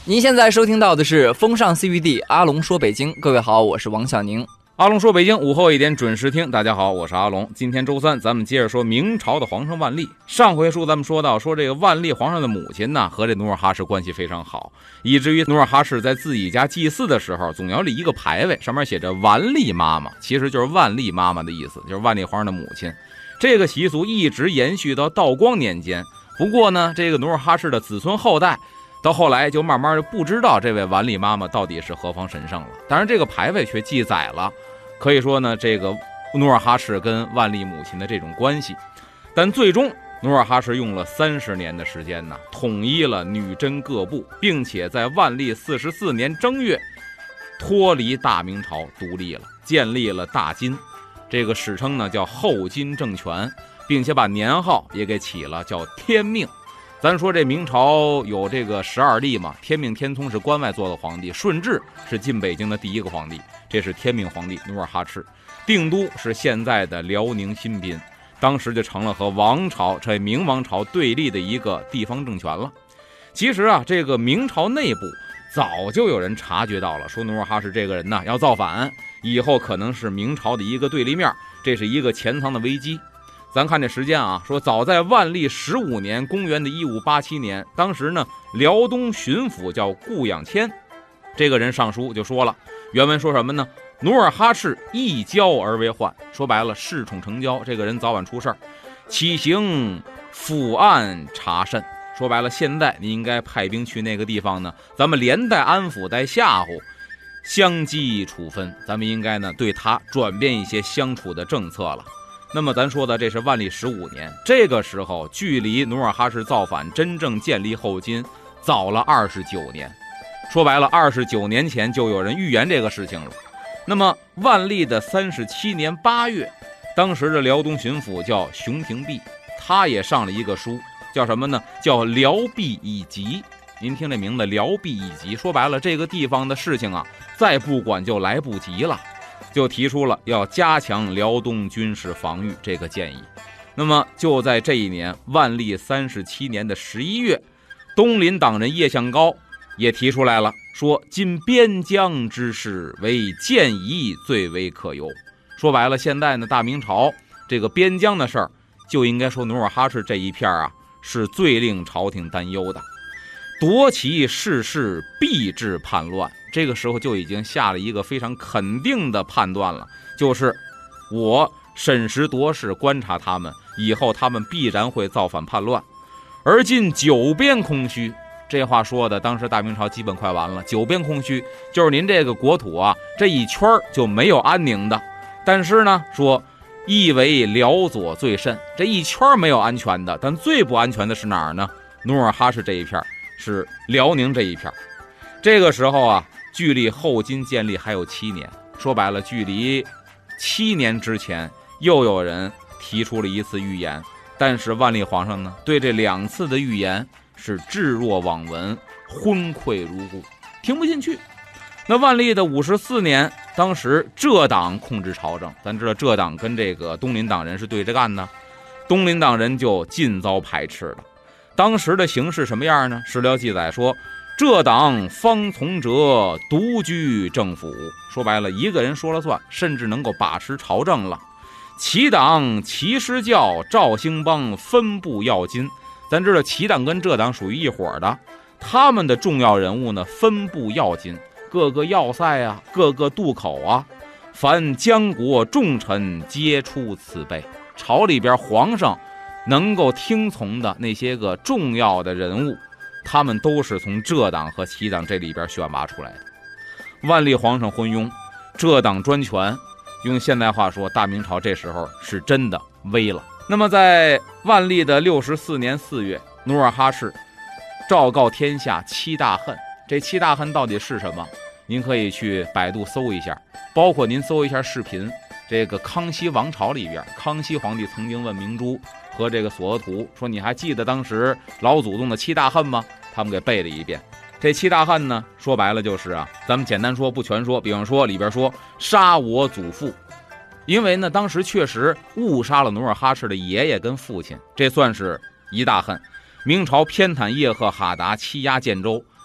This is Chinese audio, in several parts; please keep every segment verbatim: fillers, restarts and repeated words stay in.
您现在收听到的是风尚 C B D 阿龙说北京，各位好，我是王小宁。 阿龙说北京，午后一点准时听。大家好，我是阿龙。今天周三，咱们接着说明朝的皇上万历。上回书咱们说到，说这个万历皇上的母亲呢，和这努尔哈赤关系非常好，以至于努尔哈赤在自己家祭祀的时候，总要立一个牌位，上面写着万历妈妈，其实就是万历妈妈的意思，就是万历皇上的母亲。这个习俗一直延续到道光年间。不过呢，这个努尔哈赤的子孙后代到后来就慢慢的不知道这位万历妈妈到底是何方神圣了。当然这个牌位却记载了，可以说呢，这个努尔哈赤跟万历母亲的这种关系。但最终努尔哈赤用了三十年的时间呢，统一了女真各部，并且在万历四十四年正月脱离大明朝独立了，建立了大金，这个史称呢叫后金政权，并且把年号也给起了叫天命。咱说这明朝有这个十二帝嘛，天命天聪是关外做的皇帝，顺治是进北京的第一个皇帝，这是天命皇帝努尔哈赤。定都是现在的辽宁新宾，当时就成了和王朝这明王朝对立的一个地方政权了。其实啊，这个明朝内部早就有人察觉到了，说努尔哈赤这个人呢要造反，以后可能是明朝的一个对立面，这是一个潜藏的危机。咱看这时间啊，说早在万历十五年，公元的一五八七年，当时呢，辽东巡抚叫顾养谦，这个人上书就说了，原文说什么呢？努尔哈赤一交而为患，说白了，恃宠成骄，这个人早晚出事儿。启行抚案查慎，说白了，现在你应该派兵去那个地方呢，咱们连带安抚带吓唬，相机处分，咱们应该呢对他转变一些相处的政策了。那么咱说的这是万历十五年，这个时候距离努尔哈赤造反真正建立后金早了二十九年，说白了二十九年前就有人预言这个事情了。那么万历的三十七年八月，当时的辽东巡抚叫熊廷弼，他也上了一个书，叫什么呢？叫辽避乙级。您听这名字辽避乙级，说白了这个地方的事情啊，再不管就来不及了，就提出了要加强辽东军事防御这个建议。那么就在这一年，万历三十七年的十一月，东林党人叶向高也提出来了，说今边疆之事为建议最为可忧。说白了，现在呢，大明朝这个边疆的事儿，就应该说努尔哈赤这一片啊，是最令朝廷担忧的。夺其世事，必致叛乱。这个时候就已经下了一个非常肯定的判断了，就是我审时度势观察他们，以后他们必然会造反叛乱。而今九边空虚，这话说的当时大明朝基本快完了。九边空虚就是您这个国土啊，这一圈就没有安宁的。但是呢，说亦为辽左最甚，这一圈没有安全的，但最不安全的是哪儿呢？努尔哈赤这一片，是辽宁这一片。这个时候啊，距离后金建立还有七年，说白了，距离七年之前又有人提出了一次预言，但是万历皇上呢，对这两次的预言是置若罔闻，昏聩如故，听不进去。那万历的五十四年，当时浙党控制朝政，咱知道浙党跟这个东林党人是对着干的，东林党人就尽遭排斥了。当时的形势什么样呢？史料记载说，浙党方从哲独居政府，说白了，一个人说了算，甚至能够把持朝政了。齐党齐师教赵兴邦分部要津，咱知道齐党跟浙党属于一伙的，他们的重要人物呢分部要津，各个要塞啊，各个渡口啊，凡江国重臣皆出此辈。朝里边皇上能够听从的那些个重要的人物，他们都是从浙党和齐党这里边选拔出来的。万历皇上昏庸，浙党专权，用现代话说，大明朝这时候是真的危了。那么在万历的六十四年四月，努尔哈赤昭告天下七大恨。这七大恨到底是什么？您可以去百度搜一下，包括您搜一下视频，这个康熙王朝里边，康熙皇帝曾经问明珠和这个索额图说，你还记得当时老祖宗的七大恨吗？他们给背了一遍。这七大恨呢，说白了就是啊，咱们简单说不全说，比方说里边说杀我祖父，因为呢当时确实误杀了努尔哈赤的爷爷跟父亲，这算是一大恨。明朝偏袒叶赫哈达，欺压建州，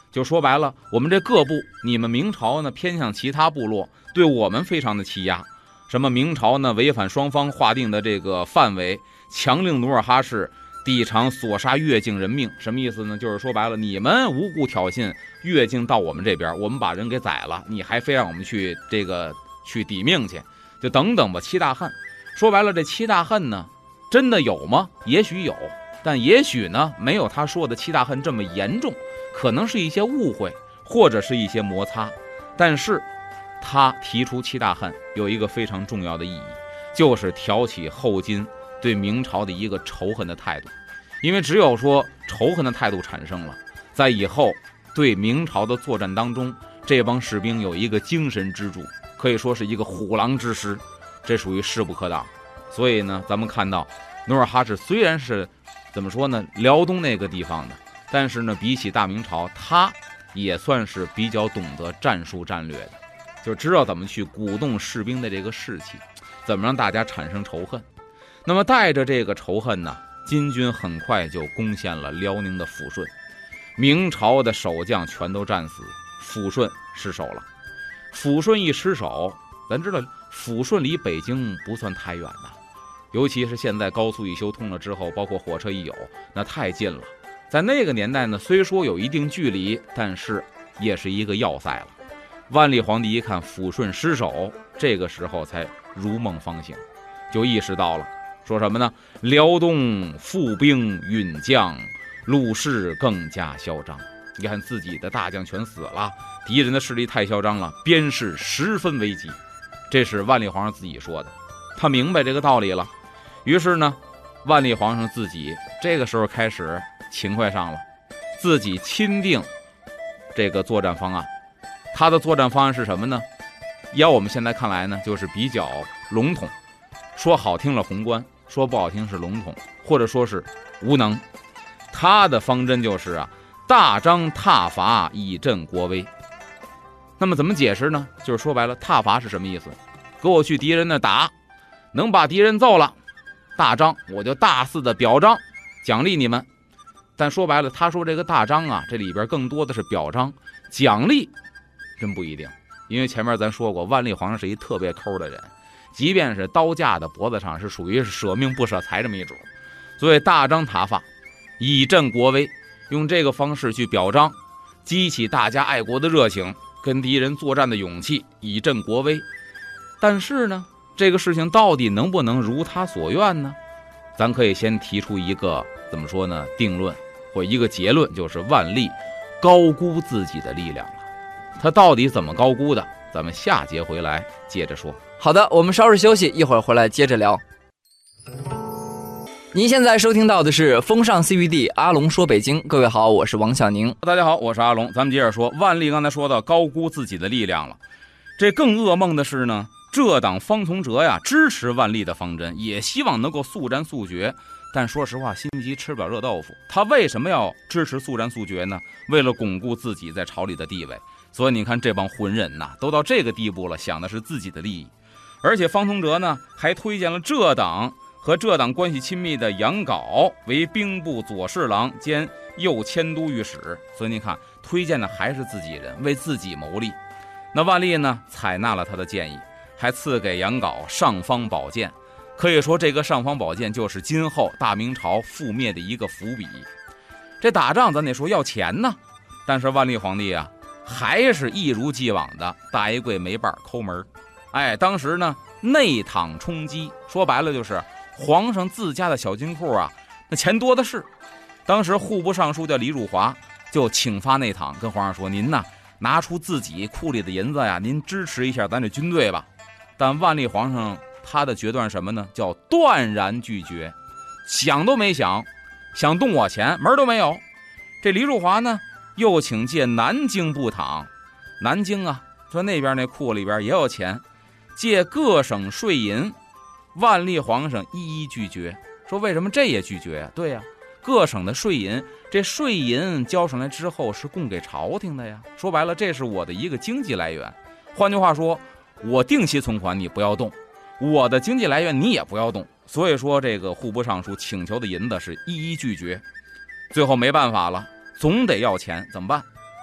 就说白了，我们这各部，你们明朝呢偏向其他部落，对我们非常的欺压。什么明朝呢违反双方划定的这个范围，强令努尔哈赤抵偿所杀越境人命。什么意思呢？就是说白了，你们无故挑衅越境到我们这边，我们把人给宰了，你还非让我们去这个去抵命去，就等等吧，七大恨。说白了，这七大恨呢，真的有吗？也许有，但也许呢没有他说的七大恨这么严重，可能是一些误会，或者是一些摩擦。但是他提出七大恨有一个非常重要的意义，就是挑起后金对明朝的一个仇恨的态度。因为只有说仇恨的态度产生了，在以后对明朝的作战当中，这帮士兵有一个精神支柱，可以说是一个虎狼之师，这属于势不可挡。所以呢，咱们看到努尔哈赤虽然是怎么说呢，辽东那个地方的，但是呢，比起大明朝，他也算是比较懂得战术战略的，就知道怎么去鼓动士兵的这个士气，怎么让大家产生仇恨。那么带着这个仇恨呢，金军很快就攻陷了辽宁的抚顺，明朝的守将全都战死，抚顺失守了。抚顺一失守，咱知道抚顺离北京不算太远的，尤其是现在高速一修通了之后，包括火车一有，那太近了。在那个年代呢，虽说有一定距离，但是也是一个要塞了。万历皇帝一看抚顺失守，这个时候才如梦方醒，就意识到了，说什么呢？辽东富兵允将，鲁士更加嚣张。你看自己的大将全死了，敌人的势力太嚣张了，边事十分危急。这是万历皇上自己说的，他明白这个道理了。于是呢，万历皇上自己这个时候开始勤快上了，自己钦定这个作战方案。他的作战方案是什么呢？要我们现在看来呢，就是比较笼统，说好听了宏观，说不好听是笼统，或者说是无能。他的方针就是啊，大张挞伐以振国威。那么怎么解释呢？就是说白了，挞伐是什么意思？给我去敌人那打，能把敌人揍了，大张我就大肆的表彰奖励你们。但说白了，他说这个大张啊，这里边更多的是表彰，奖励真不一定。因为前面咱说过，万历皇上是一特别抠的人，即便是刀架的脖子上，是属于舍命不舍财这么一种。所以大张挞伐以振国威，用这个方式去表彰，激起大家爱国的热情，跟敌人作战的勇气，以振国威。但是呢，这个事情到底能不能如他所愿呢？咱可以先提出一个怎么说呢定论，或一个结论，就是万历高估自己的力量了。他到底怎么高估的？咱们下节回来接着说。 好的，我们稍事休息，一会儿回来接着聊。您现在收听到的是风尚 C V D 阿龙说北京。各位好，我是王小宁。 大家好，我是阿龙。咱们接着说，万历刚才说到高估自己的力量了。这更噩梦的是呢，这党方从哲呀支持万历的方针，也希望能够速战速决。但说实话，心急吃不了热豆腐。他为什么要支持速战速决呢？为了巩固自己在朝里的地位。所以你看这帮混人呐，都到这个地步了，想的是自己的利益。而且方从哲呢，还推荐了这党和这党关系亲密的杨镐为兵部左侍郎兼右迁都御史。所以你看，推荐的还是自己人，为自己谋利。那万历呢，采纳了他的建议，还赐给杨镐尚方宝剑。可以说这个尚方宝剑就是今后大明朝覆灭的一个伏笔。这打仗咱得说要钱呢，但是万历皇帝啊，还是一如既往的大衣柜没瓣抠门。哎，当时呢内躺充饥，说白了就是皇上自家的小金库啊，那钱多的是。当时户部尚书叫李汝华就请发内躺，跟皇上说，您呐拿出自己库里的银子呀，您支持一下咱这军队吧。但万历皇上他的决断什么呢？叫断然拒绝，想都没想，想动我钱门都没有。这李汝华呢又请借南京布躺，南京啊，说那边那库里边也有钱，借各省税银。万历皇上一一拒绝，说为什么这也拒绝啊？对呀、啊，各省的税银，这税银交上来之后是供给朝廷的呀。说白了，这是我的一个经济来源。换句话说，我定期存款你不要动，我的经济来源你也不要动。所以说这个户部尚书请求的银子是一一拒绝。最后没办法了，总得要钱，怎么办？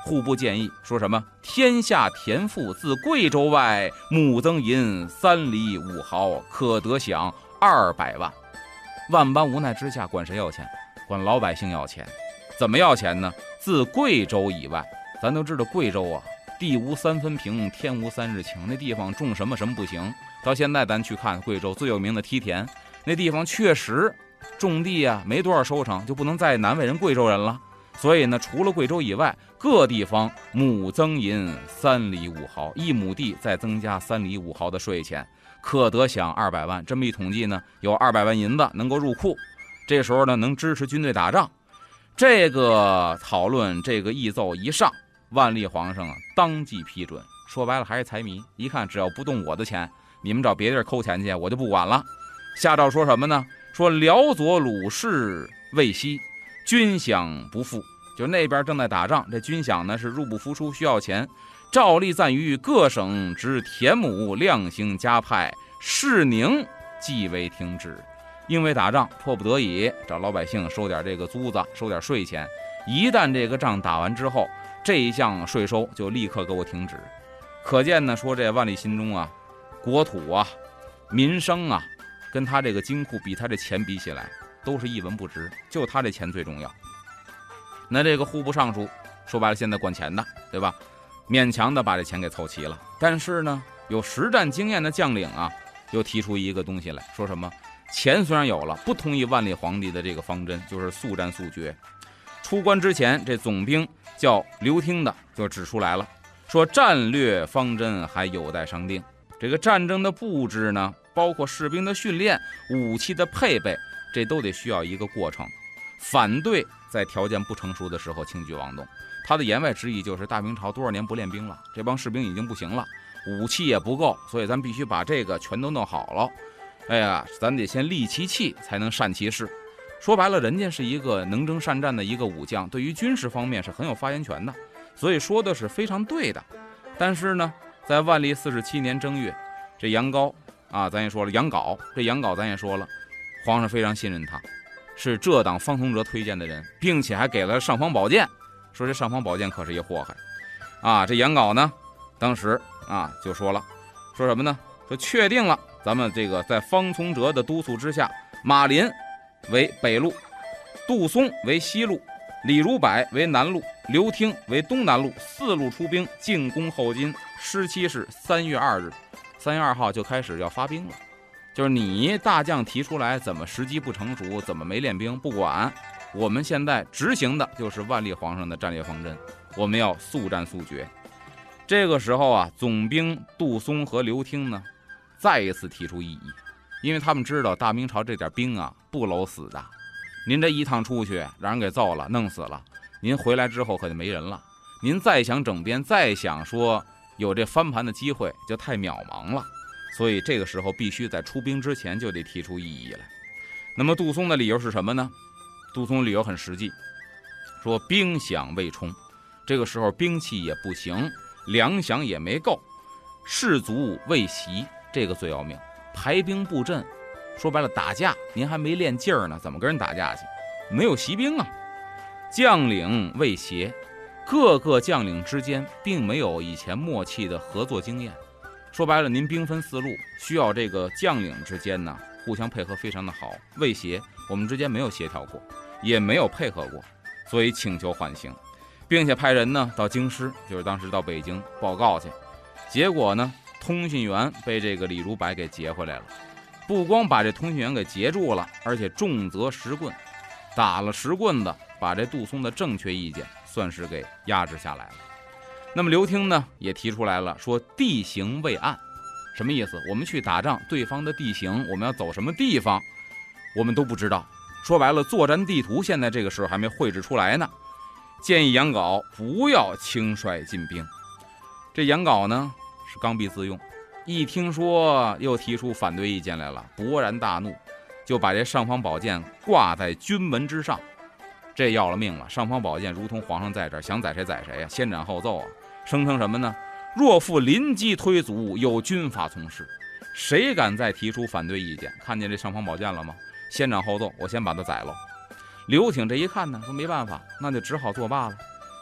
户部建议说什么？天下田赋自贵州外，亩增银三厘五毫，可得饷二百万。万般无奈之下，管谁要钱？管老百姓要钱。怎么要钱呢？自贵州以外，咱都知道贵州啊，地无三分平，天无三日晴，那地方种什么什么不行。到现在咱去看贵州最有名的梯田，那地方确实种地啊没多少收成，就不能再难为人贵州人了。所以呢，除了贵州以外，各地方亩增银三厘五毫，一亩地再增加三厘五毫的税钱，可得饷二百万。这么一统计呢，有二百万银子能够入库，这时候呢能支持军队打仗。这个讨论，这个议奏一上，万历皇上啊当即批准。说白了还是财迷，一看只要不动我的钱，你们找别地儿抠钱去，我就不管了。下诏说什么呢？说辽左鲁士未息，军饷不付，就那边正在打仗，这军饷呢是入不敷出，需要钱。照例暂于各省之田亩量刑加派，事宁即为停止。因为打仗迫不得已找老百姓收点这个租子，收点税钱。一旦这个仗打完之后，这一项税收就立刻给我停止。可见呢，说这万历心中啊，国土啊，民生啊，跟他这个金库比他这钱比起来，都是一文不值，就他这钱最重要。那这个户部尚书说白了，现在管钱的，对吧？勉强的把这钱给凑齐了。但是呢，有实战经验的将领啊，又提出一个东西来，说什么？钱虽然有了，不同意万历皇帝的这个方针，就是速战速决。出关之前，这总兵叫刘听的就指出来了，说战略方针还有待商定。这个战争的布置呢，包括士兵的训练、武器的配备，这都得需要一个过程。反对在条件不成熟的时候轻举妄动。他的言外之意就是大明朝多少年不练兵了，这帮士兵已经不行了，武器也不够，所以咱必须把这个全都弄好了。哎呀，咱得先利其器，才能善其事。说白了，人家是一个能征善战的一个武将，对于军事方面是很有发言权的，所以说的是非常对的。但是呢，在万历四十七年正月，这杨高啊，咱也说了，杨镐，这杨镐咱也说了，皇上非常信任他，是这党方从哲推荐的人，并且还给了尚方宝剑，说这尚方宝剑可是一祸害啊。这杨镐呢，当时啊就说了，说什么呢？说确定了。咱们这个在方从哲的督促之下，马林为北路，杜松为西路，李如柏为南路，刘听为东南路，四路出兵进攻后金。失期是三月二日，三月二号就开始要发兵了。就是你大将提出来，怎么时机不成熟，怎么没练兵，不管，我们现在执行的就是万历皇上的战略方针，我们要速战速决。这个时候啊，总兵杜松和刘听呢，再一次提出异议，因为他们知道大明朝这点兵啊不搂死的，您这一趟出去让人给揍了弄死了，您回来之后可就没人了，您再想整编，再想说有这翻盘的机会就太渺茫了，所以这个时候必须在出兵之前就得提出异议来。那么杜松的理由是什么呢？杜松理由很实际，说兵饷未充，这个时候兵器也不行，粮饷也没够，士卒未习，这个最要命。排兵布阵，说白了打架，您还没练劲儿呢，怎么跟人打架去？没有习兵啊。将领未协，各个将领之间并没有以前默契的合作经验。说白了，您兵分四路，需要这个将领之间呢互相配合非常的好。未协，我们之间没有协调过，也没有配合过，所以请求缓刑，并且派人呢到京师，就是当时到北京报告去。结果呢，通讯员被这个李如柏给劫回来了，不光把这通讯员给劫住了，而且重责十棍，打了十棍子，把这杜松的正确意见算是给压制下来了。那么刘听呢也提出来了，说地形未暗，什么意思？我们去打仗，对方的地形，我们要走什么地方，我们都不知道。说白了，作战地图现在这个时候还没绘制出来呢。建议杨镐不要轻率进兵。这杨镐呢是刚愎自用，一听说又提出反对意见来了，勃然大怒，就把这尚方宝剑挂在军门之上。这要了命了，尚方宝剑如同皇上在这儿，想宰谁宰谁啊，先斩后奏啊，声称什么呢？若复临机推阻，有军法从事。谁敢再提出反对意见，看见这尚方宝剑了吗？先斩后奏，我先把他宰了。刘挺这一看呢，说没办法，那就只好作罢了。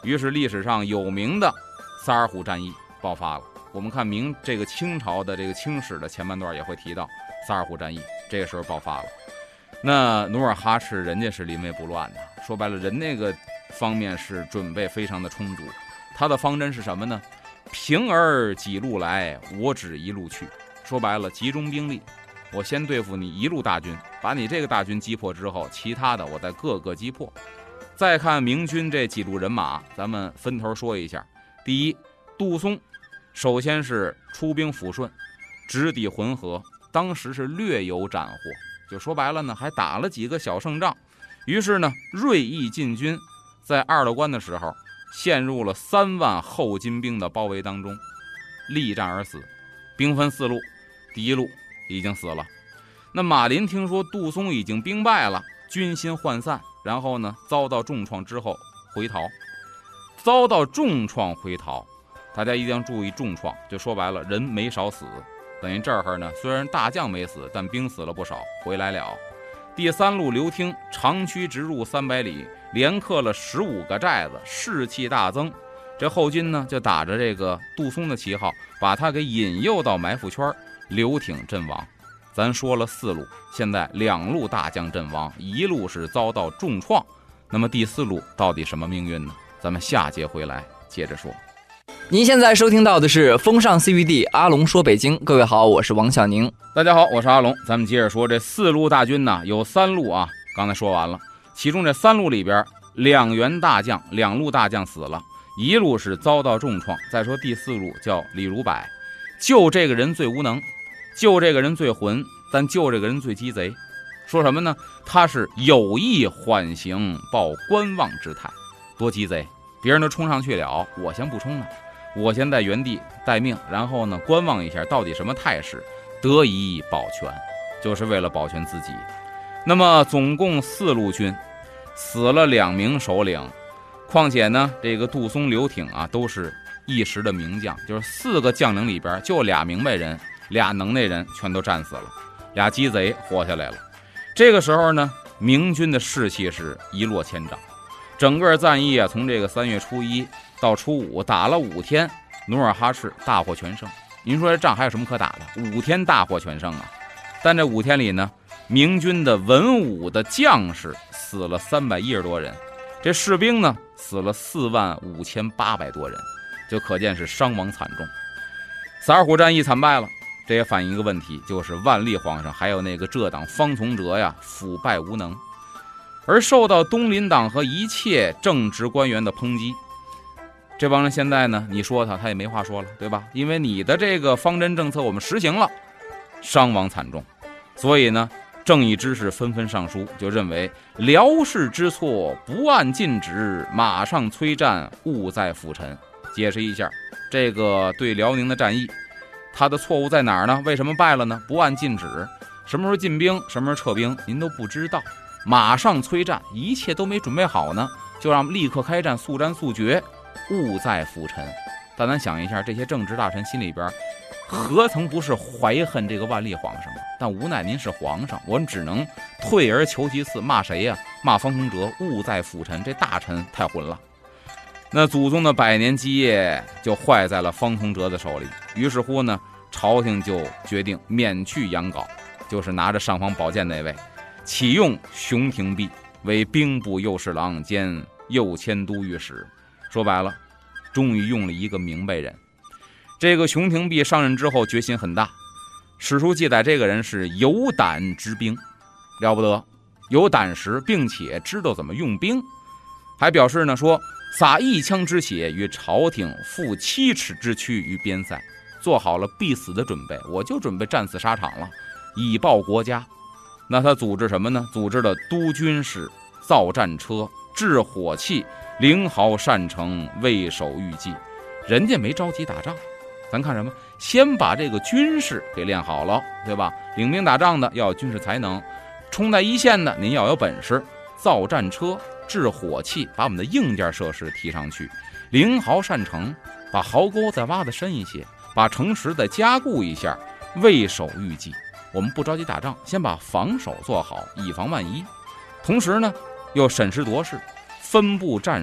于是历史上有名的萨尔浒战役爆发了。我们看明这个清朝的这个清史的前半段也会提到萨尔浒战役，这个时候爆发了。那努尔哈赤人家是临危不乱的，说白了人那个方面是准备非常的充足。他的方针是什么呢？平儿几路来，我只一路去。说白了，集中兵力，我先对付你一路大军，把你这个大军击破之后，其他的我再各个击破。再看明军这几路人马，咱们分头说一下。第一，杜松首先是出兵抚顺，直抵浑河，当时是略有斩获，就说白了呢，还打了几个小胜仗。于是呢，锐意进军，在二道关的时候陷入了三万后金兵的包围当中，力战而死。兵分四路，第一路已经死了。那马林听说杜松已经兵败了，军心涣散，然后呢遭到重创之后回逃。遭到重创回逃，大家一定要注意重创，就说白了人没少死，等于这儿呢虽然大将没死，但兵死了不少，回来了。第三路刘听长驱直入三百里，连克了十五个寨子，士气大增。这后军呢就打着这个杜松的旗号，把他给引诱到埋伏圈，刘挺阵亡。咱说了四路，现在两路大将阵亡，一路是遭到重创。那么第四路到底什么命运呢？咱们下节回来接着说。 您现在收听到的是风尚 C V D 阿龙说北京。各位好，我是王小宁。 大家好，我是阿龙。咱们接着说这四路大军呢，有三路啊，刚才说完了。其中这三路里边，两员大将，两路大将死了，一路是遭到重创。再说第四路叫李如柏，救这个人最无能，救这个人最混，但救这个人最鸡贼。说什么呢？他是有意缓行，抱观望之态，多鸡贼！别人都冲上去了，我先不冲了，我先在原地待命，然后呢观望一下到底什么态势，得以保全，就是为了保全自己。那么总共四路军，死了两名首领，况且呢这个杜松、刘挺啊都是一时的名将，就是四个将领里边就俩明白人，俩能耐人全都战死了，俩鸡贼活下来了。这个时候呢，明军的士气是一落千丈。整个战役啊，从这个三月初一到初五打了五天，努尔哈赤大获全胜。您说这仗还有什么可打的？五天大获全胜啊！但这五天里呢，明军的文武的将士死了三百一十多人，这士兵呢死了四万五千八百多人，就可见是伤亡惨重。萨尔浒战役惨败了，这也反映一个问题，就是万历皇上还有那个浙党方从哲呀，腐败无能。而受到东林党和一切正直官员的抨击，这帮人现在呢，你说他他也没话说了，对吧？因为你的这个方针政策我们实行了，伤亡惨重，所以呢正义之士纷纷上书，就认为辽氏之错不按禁止，马上催战，务在辅臣。解释一下这个对辽宁的战役，他的错误在哪儿呢？为什么败了呢？不按禁止，什么时候进兵什么时候撤兵您都不知道，马上催战，一切都没准备好呢，就让立刻开战，速战速决，务在辅臣。但咱想一下，这些正直大臣心里边何曾不是怀恨这个万历皇上啊？但无奈您是皇上，我们只能退而求其次，骂谁呀、啊？骂方从哲，务在辅臣，这大臣太混了。那祖宗的百年基业就坏在了方从哲的手里，于是乎呢，朝廷就决定免去杨镐，就是拿着尚方宝剑那位，启用熊廷弼为兵部右侍郎兼右迁都御史。说白了，终于用了一个明白人。这个熊廷弼上任之后决心很大，史书记载这个人是有胆执兵，了不得，有胆识，并且知道怎么用兵。还表示呢说，洒一腔之血于朝廷，负七尺之躯于边塞，做好了必死的准备，我就准备战死沙场了，以报国家。那他组织什么呢？组织了督军事、造战车、制火器、领好善城、卫守御纪。人家没着急打仗，咱看什么？先把这个军事给练好了，对吧？领兵打仗的要有军事才能，冲在一线的您要有本事，造战车、制火器，把我们的硬件设施提上去，领好善城，把壕沟再挖得深一些，把城池再加固一下，卫守御纪。我们不着急打仗，先把防守做好，以防万一。同时呢，又审时度势，分布战术，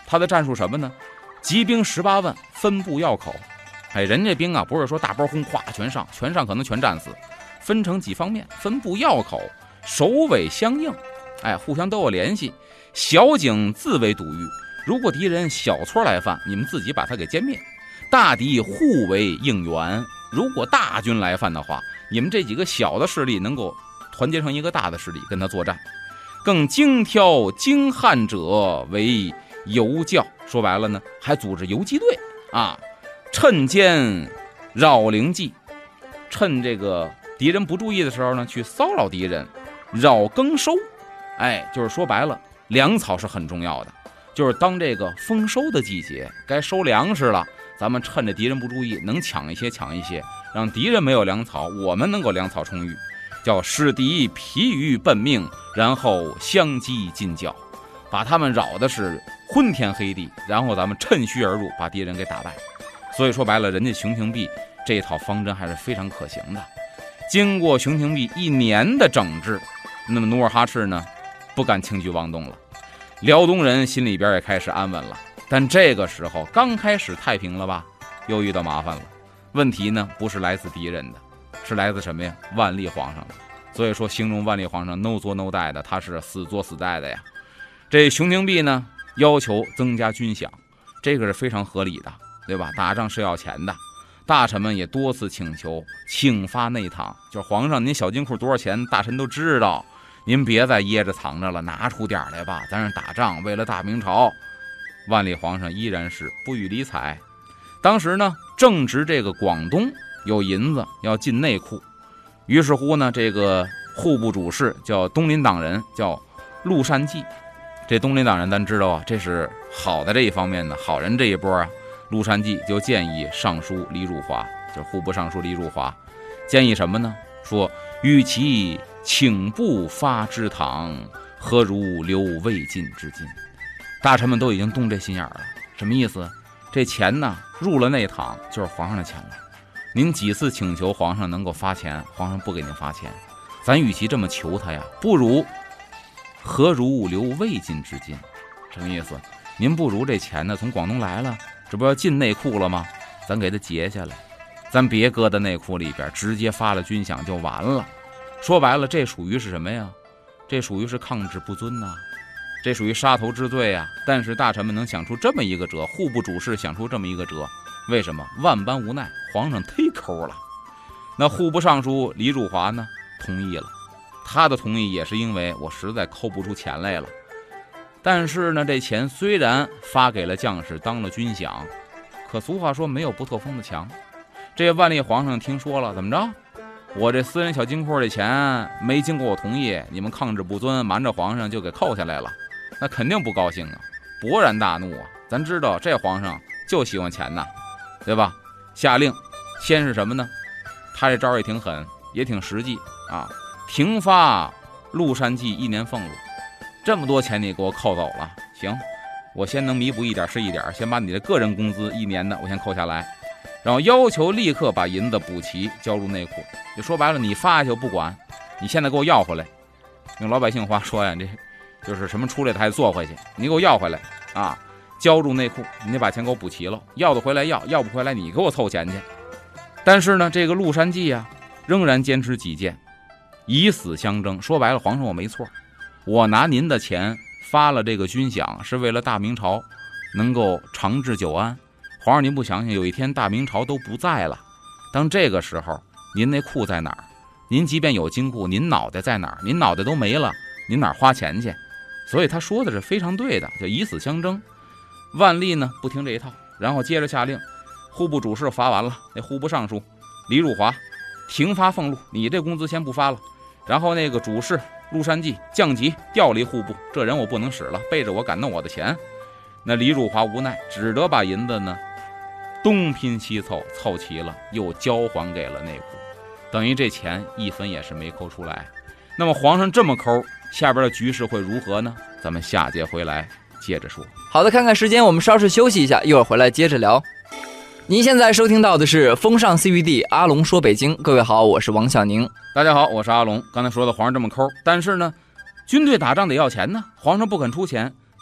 他的战术什么呢？集兵十八万，分布要口。哎，人家兵啊，不是说大包轰哗全上，全上可能全战死，分成几方面，分布要口，首尾相应，哎，互相都有联系。小井自为堵御，如果敌人小撮来犯，你们自己把他给歼灭。大敌互为应援，如果大军来犯的话，你们这几个小的势力能够团结成一个大的势力跟他作战。更精挑精悍者为游教，说白了呢，还组织游击队啊，趁间扰灵计，趁这个敌人不注意的时候呢，去骚扰敌人，扰耕收。哎，就是说白了，粮草是很重要的，就是当这个丰收的季节，该收粮食了，咱们趁着敌人不注意，能抢一些抢一些，让敌人没有粮草，我们能够粮草充裕，叫使敌疲于奔命，然后相击进剿，把他们扰的是昏天黑地，然后咱们趁虚而入，把敌人给打败。所以说白了，人家熊廷弼这一套方针还是非常可行的。经过熊廷弼一年的整治，那么努尔哈赤呢，不敢轻举妄动了。辽东人心里边也开始安稳了，但这个时候刚开始太平了吧，又遇到麻烦了。问题呢，不是来自敌人的，是来自什么呀？万历皇上的。所以说形容万历皇上 no 作 no die 的，他是死作死带的呀。这熊廷弼呢，要求增加军饷，这个是非常合理的，对吧？打仗是要钱的。大臣们也多次请求，请发内帑，就是皇上您小金库多少钱，大臣都知道，您别再掖着藏着了，拿出点来吧，咱是打仗，为了大明朝。万历皇上依然是不予理睬。当时呢，正值这个广东有银子要进内库，于是乎呢，这个户部主事叫东林党人，叫陆善济。这东林党人咱知道啊，这是好的这一方面的好人这一波啊。陆善济就建议尚书李汝华，就是户部尚书李汝华，建议什么呢？说与其请不发之堂，何如留未尽之金？大臣们都已经动这心眼了，什么意思？这钱呢，入了内堂就是皇上的钱了。您几次请求皇上能够发钱，皇上不给您发钱，咱与其这么求他呀，不如何如留未尽之金？什么意思？您不如这钱呢，从广东来了，这不要进内库了吗？咱给它结下来，咱别搁在内库里边，直接发了军饷就完了。说白了，这属于是什么呀？这属于是抗旨不遵呐、啊，这属于杀头之罪啊。但是大臣们能想出这么一个辙，户部主事想出这么一个辙，为什么？万般无奈，皇上忒抠了。那户部尚书李汝华呢，同意了。他的同意也是因为我实在抠不出钱来了。但是呢，这钱虽然发给了将士当了军饷，可俗话说没有不透风的墙。这万历皇上听说了，怎么着？我这私人小金库这钱没经过我同意，你们抗旨不遵，瞒着皇上就给扣下来了，那肯定不高兴啊，勃然大怒啊！咱知道这皇上就喜欢钱呐，对吧？下令先是什么呢？他这招也挺狠，也挺实际啊，停发陆善济一年俸禄。这么多钱你给我扣走了，行，我先能弥补一点是一点，先把你的个人工资一年的我先扣下来，然后要求立刻把银子补齐交入内库。就说白了，你发下去我不管，你现在给我要回来。用老百姓话说呀，这就是什么出来的还得做回去，你给我要回来啊，交入内库，你得把钱给我补齐了，要得回来要，要不回来你给我凑钱去。但是呢，这个陆善济啊，仍然坚持己见，以死相争。说白了，皇上我没错，我拿您的钱发了这个军饷，是为了大明朝能够长治久安。皇上您不想想，有一天大明朝都不在了，当这个时候您那库在哪儿？您即便有金库，您脑袋在哪儿？您脑袋都没了，您哪儿花钱去？所以他说的是非常对的，叫以死相争。万历呢不听这一套，然后接着下令，户部主事罚完了，那户部尚书李汝华停发俸禄，你这工资先不发了。然后那个主事陆善济降级调离户部，这人我不能使了，背着我敢弄我的钱。那李汝华无奈，只得把银子呢东拼西凑，凑齐了，又交还给了内库，等于这钱一分也是没抠出来。那么皇上这么抠，下边的局势会如何呢？咱们下节回来接着说。 好的，看看时间，我们稍事休息一下，一会儿回来接着聊。您现在收听到的是风尚 C V D 阿龙说北京，各位好，我是王小宁。 大家好，我是阿龙。刚才说的皇上这么抠，但是呢，军队打仗得要钱呢，皇上不肯出钱，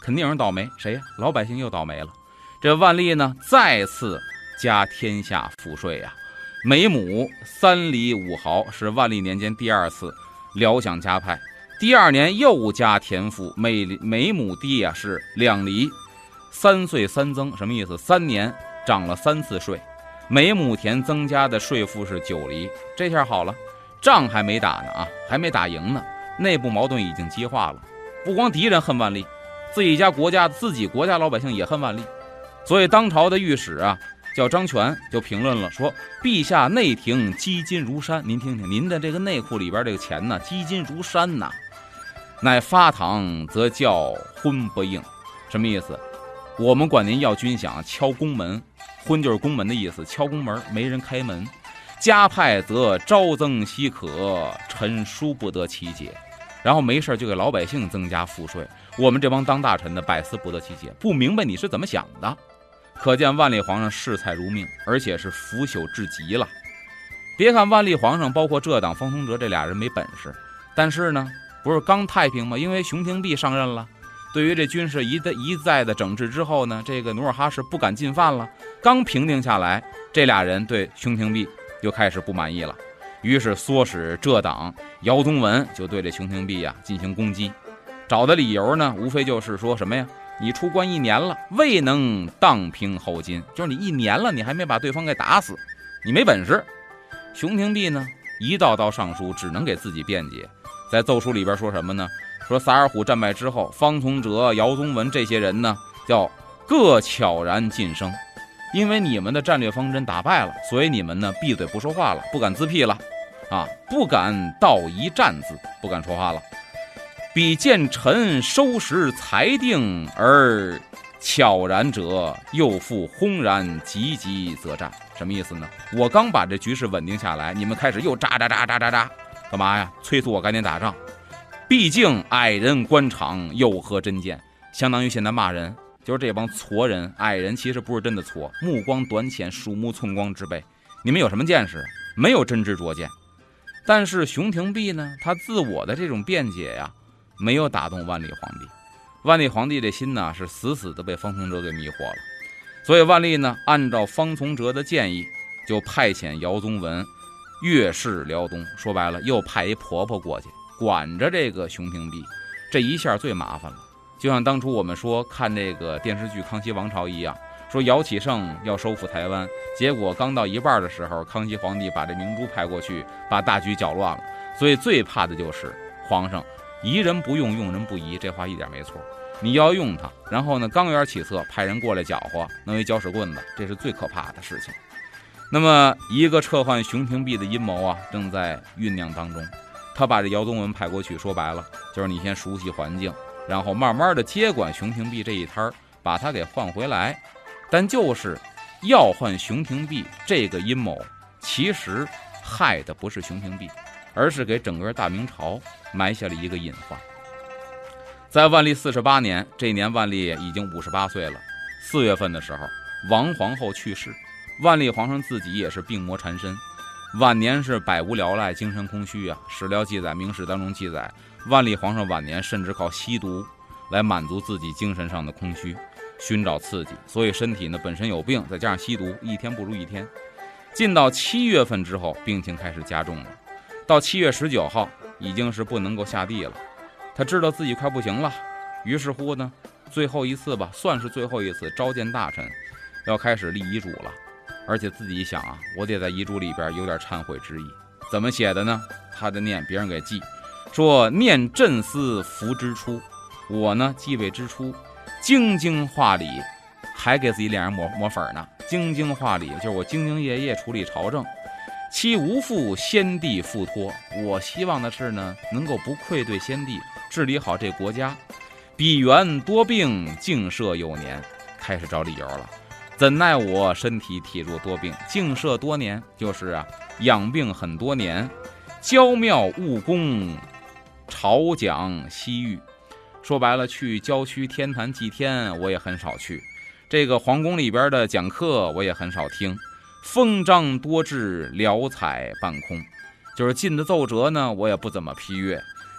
肯定有人倒霉，谁呀？老百姓又倒霉了。这万历呢，再次加天下赋税呀、啊，每亩三厘五毫，是万历年间第二次辽饷加派。第二年又加田赋，每每亩地啊是两厘，三岁三增，什么意思？三年涨了三次税，每亩田增加的税赋是九厘。这下好了，仗还没打呢啊，还没打赢呢，内部矛盾已经激化了。不光敌人恨万历，自己家国家自己国家老百姓也恨万历。所以当朝的御史啊叫张全就评论了，说陛下内廷积金如山，您听听您的这个内库里边这个钱呢，积金如山呐、啊，乃发堂则叫昏不应。什么意思？我们管您要军饷，敲宫门，昏就是宫门的意思，敲宫门没人开门。加派则朝增稀可，臣殊不得其解。然后没事就给老百姓增加赋税，我们这帮当大臣的百思不得其解，不明白你是怎么想的。可见万历皇上视财如命，而且是腐朽至极了。别看万历皇上包括这党方从哲这俩人没本事，但是呢不是刚太平吗？因为熊廷弼上任了，对于这军事一再一再的整治之后呢，这个努尔哈赤不敢进犯了，刚平定下来，这俩人对熊廷弼就开始不满意了，于是唆使这党姚宗文就对这熊廷弼啊进行攻击，找的理由呢无非就是说什么呀，你出关一年了，未能荡平后金，就是你一年了，你还没把对方给打死，你没本事。熊廷弼呢一道道上书，只能给自己辩解，在奏书里边说什么呢？说萨尔浒战败之后，方从哲、姚宗文这些人呢叫各悄然晋升，因为你们的战略方针打败了，所以你们呢闭嘴不说话了，不敢自辟了啊，不敢道一战字，不敢说话了。比见臣收拾裁定而悄然者，又复轰然急急则战。什么意思呢？我刚把这局势稳定下来，你们开始又扎扎扎扎扎扎，干嘛呀？催促我赶紧打仗。毕竟矮人官场有何真见？相当于现在骂人，就是这帮矬人、矮人，其实不是真的矬，目光短浅、鼠目寸光之辈。你们有什么见识？没有真知灼见。但是熊廷弼呢，他自我的这种辩解呀，没有打动万历皇帝。万历皇帝这心呢，是死死的被方从哲给迷惑了。所以万历呢，按照方从哲的建议，就派遣姚宗文越视辽东，说白了，又派一婆婆过去管着这个熊廷弼。这一下最麻烦了，就像当初我们说看这个电视剧《康熙王朝》一样，说姚启圣要收复台湾，结果刚到一半的时候，康熙皇帝把这明珠派过去，把大局搅乱了。所以最怕的就是皇上疑人不用，用人不疑，这话一点没错。你要用他，然后呢，刚有点起色，派人过来搅和，弄一搅屎棍子，这是最可怕的事情。那么，一个撤换熊廷弼的阴谋啊，正在酝酿当中。他把这姚宗文派过去，说白了，就是你先熟悉环境，然后慢慢的接管熊廷弼这一摊儿，把他给换回来。但就是要换熊廷弼这个阴谋，其实害的不是熊廷弼，而是给整个大明朝埋下了一个隐患。在万历四十八年，这一年万历已经五十八岁了。四月份的时候，王皇后去世，万历皇上自己也是病魔缠身，晚年是百无聊赖，精神空虚啊。史料记载，明史当中记载，万历皇上晚年甚至靠吸毒来满足自己精神上的空虚，寻找刺激，所以身体呢本身有病，再加上吸毒，一天不如一天。进到七月份之后，病情开始加重了。到七月十九号，已经是不能够下地了。他知道自己快不行了，于是乎呢，最后一次吧，算是最后一次召见大臣，要开始立遗嘱了。而且自己一想啊，我得在遗嘱里边有点忏悔之意。怎么写的呢？他的念，别人给记，说念朕思服之初，我呢继位之初，精精化理，还给自己脸上抹抹粉呢。精精化理就是我兢兢业业处理朝政，其无负先帝付托。我希望的是呢，能够不愧对先帝，治理好这国家。比原多病，竟摄有年，开始找理由了。怎奈我身体体弱多病，竟摄多年，就是啊，养病很多年。娇妙务工，朝讲西域。说白了，去郊区天坛祭天我也很少去，这个皇宫里边的讲课我也很少听。封章多致，潦采半空，就是进的奏折呢，我也不怎么批阅。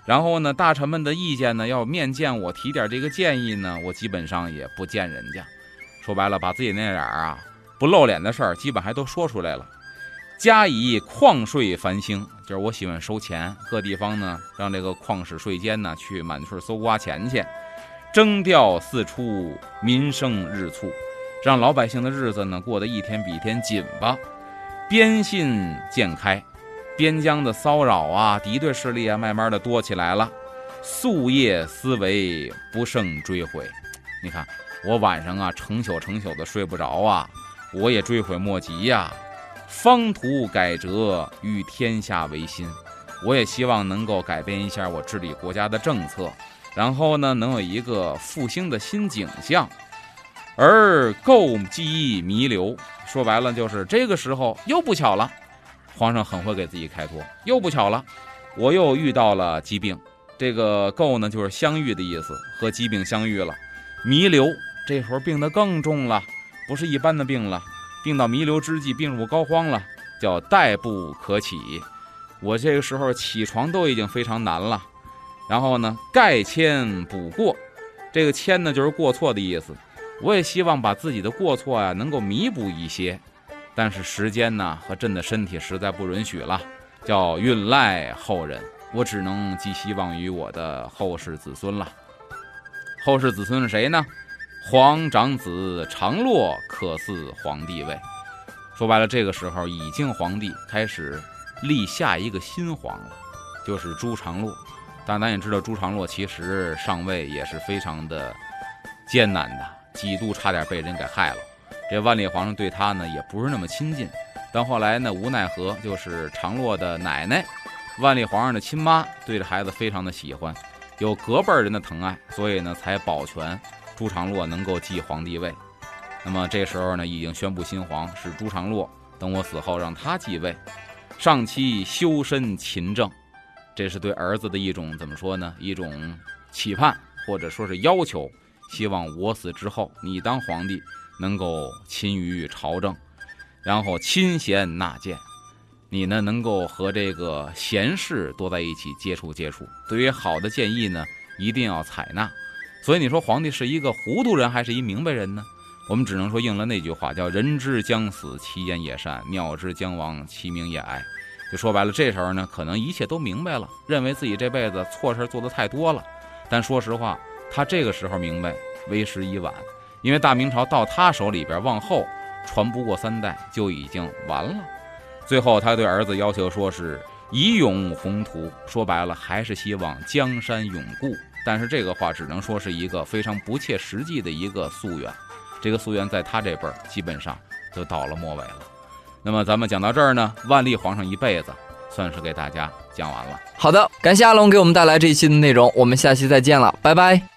然后呢，大臣们的意见呢，要面见我提点这个建议呢，我基本上也不见人家。说白了，把自己那点啊不露脸的事儿，基本还都说出来了。加以矿税繁兴，就是我喜欢收钱，各地方呢让这个矿史税监呢去满处搜刮钱去，征调四出，民生日促，让老百姓的日子呢过得一天比一天紧吧。边信渐开，边疆的骚扰啊、敌对势力啊，慢慢的多起来了。夙夜思维，不胜追悔。你看我晚上啊成宿成宿的睡不着啊，我也追悔莫及呀、啊。方图改折，与天下为心。我也希望能够改变一下我治理国家的政策，然后呢，能有一个复兴的新景象。而构机弥留，说白了就是这个时候又不巧了，皇上很会给自己开脱，又不巧了，我又遇到了疾病。这个构呢，就是相遇的意思，和疾病相遇了。弥留，这会儿病得更重了，不是一般的病了。病到弥留之际，病入膏肓了，叫殆不可起。我这个时候起床都已经非常难了。然后呢，盖迁补过，这个迁呢就是过错的意思。我也希望把自己的过错啊能够弥补一些，但是时间呢和朕的身体实在不允许了，叫运赖后人。我只能寄希望于我的后世子孙了。后世子孙是谁呢？皇长子长洛可嗣皇帝位。说白了，这个时候已经皇帝开始立下一个新皇了，就是朱常洛。但咱也知道朱常洛其实上位也是非常的艰难的，几度差点被人给害了。这万历皇上对他呢也不是那么亲近，但后来呢无奈何，就是常洛的奶奶万历皇上的亲妈对这孩子非常的喜欢，有隔辈人的疼爱，所以呢才保全朱常洛能够继皇帝位。那么这时候呢已经宣布新皇是朱常洛，等我死后让他继位，上期修身勤政。这是对儿子的一种怎么说呢，一种期盼或者说是要求，希望我死之后你当皇帝能够勤于朝政，然后亲贤纳谏，你呢能够和这个贤士多在一起接触接触，对于好的建议呢一定要采纳。所以你说皇帝是一个糊涂人还是一明白人呢？我们只能说应了那句话，叫人之将死其言也善，鸟之将亡其鸣也哀。就说白了，这时候呢可能一切都明白了，认为自己这辈子错事做得太多了，但说实话他这个时候明白为时已晚，因为大明朝到他手里边往后传不过三代就已经完了。最后他对儿子要求说是以永宏图，说白了还是希望江山永固，但是这个话只能说是一个非常不切实际的一个夙愿，这个夙愿在他这辈儿基本上就到了末尾了。那么咱们讲到这儿呢，万历皇上一辈子算是给大家讲完了。 好的，感谢阿龙给我们带来这一期的内容，我们下期再见了，拜拜。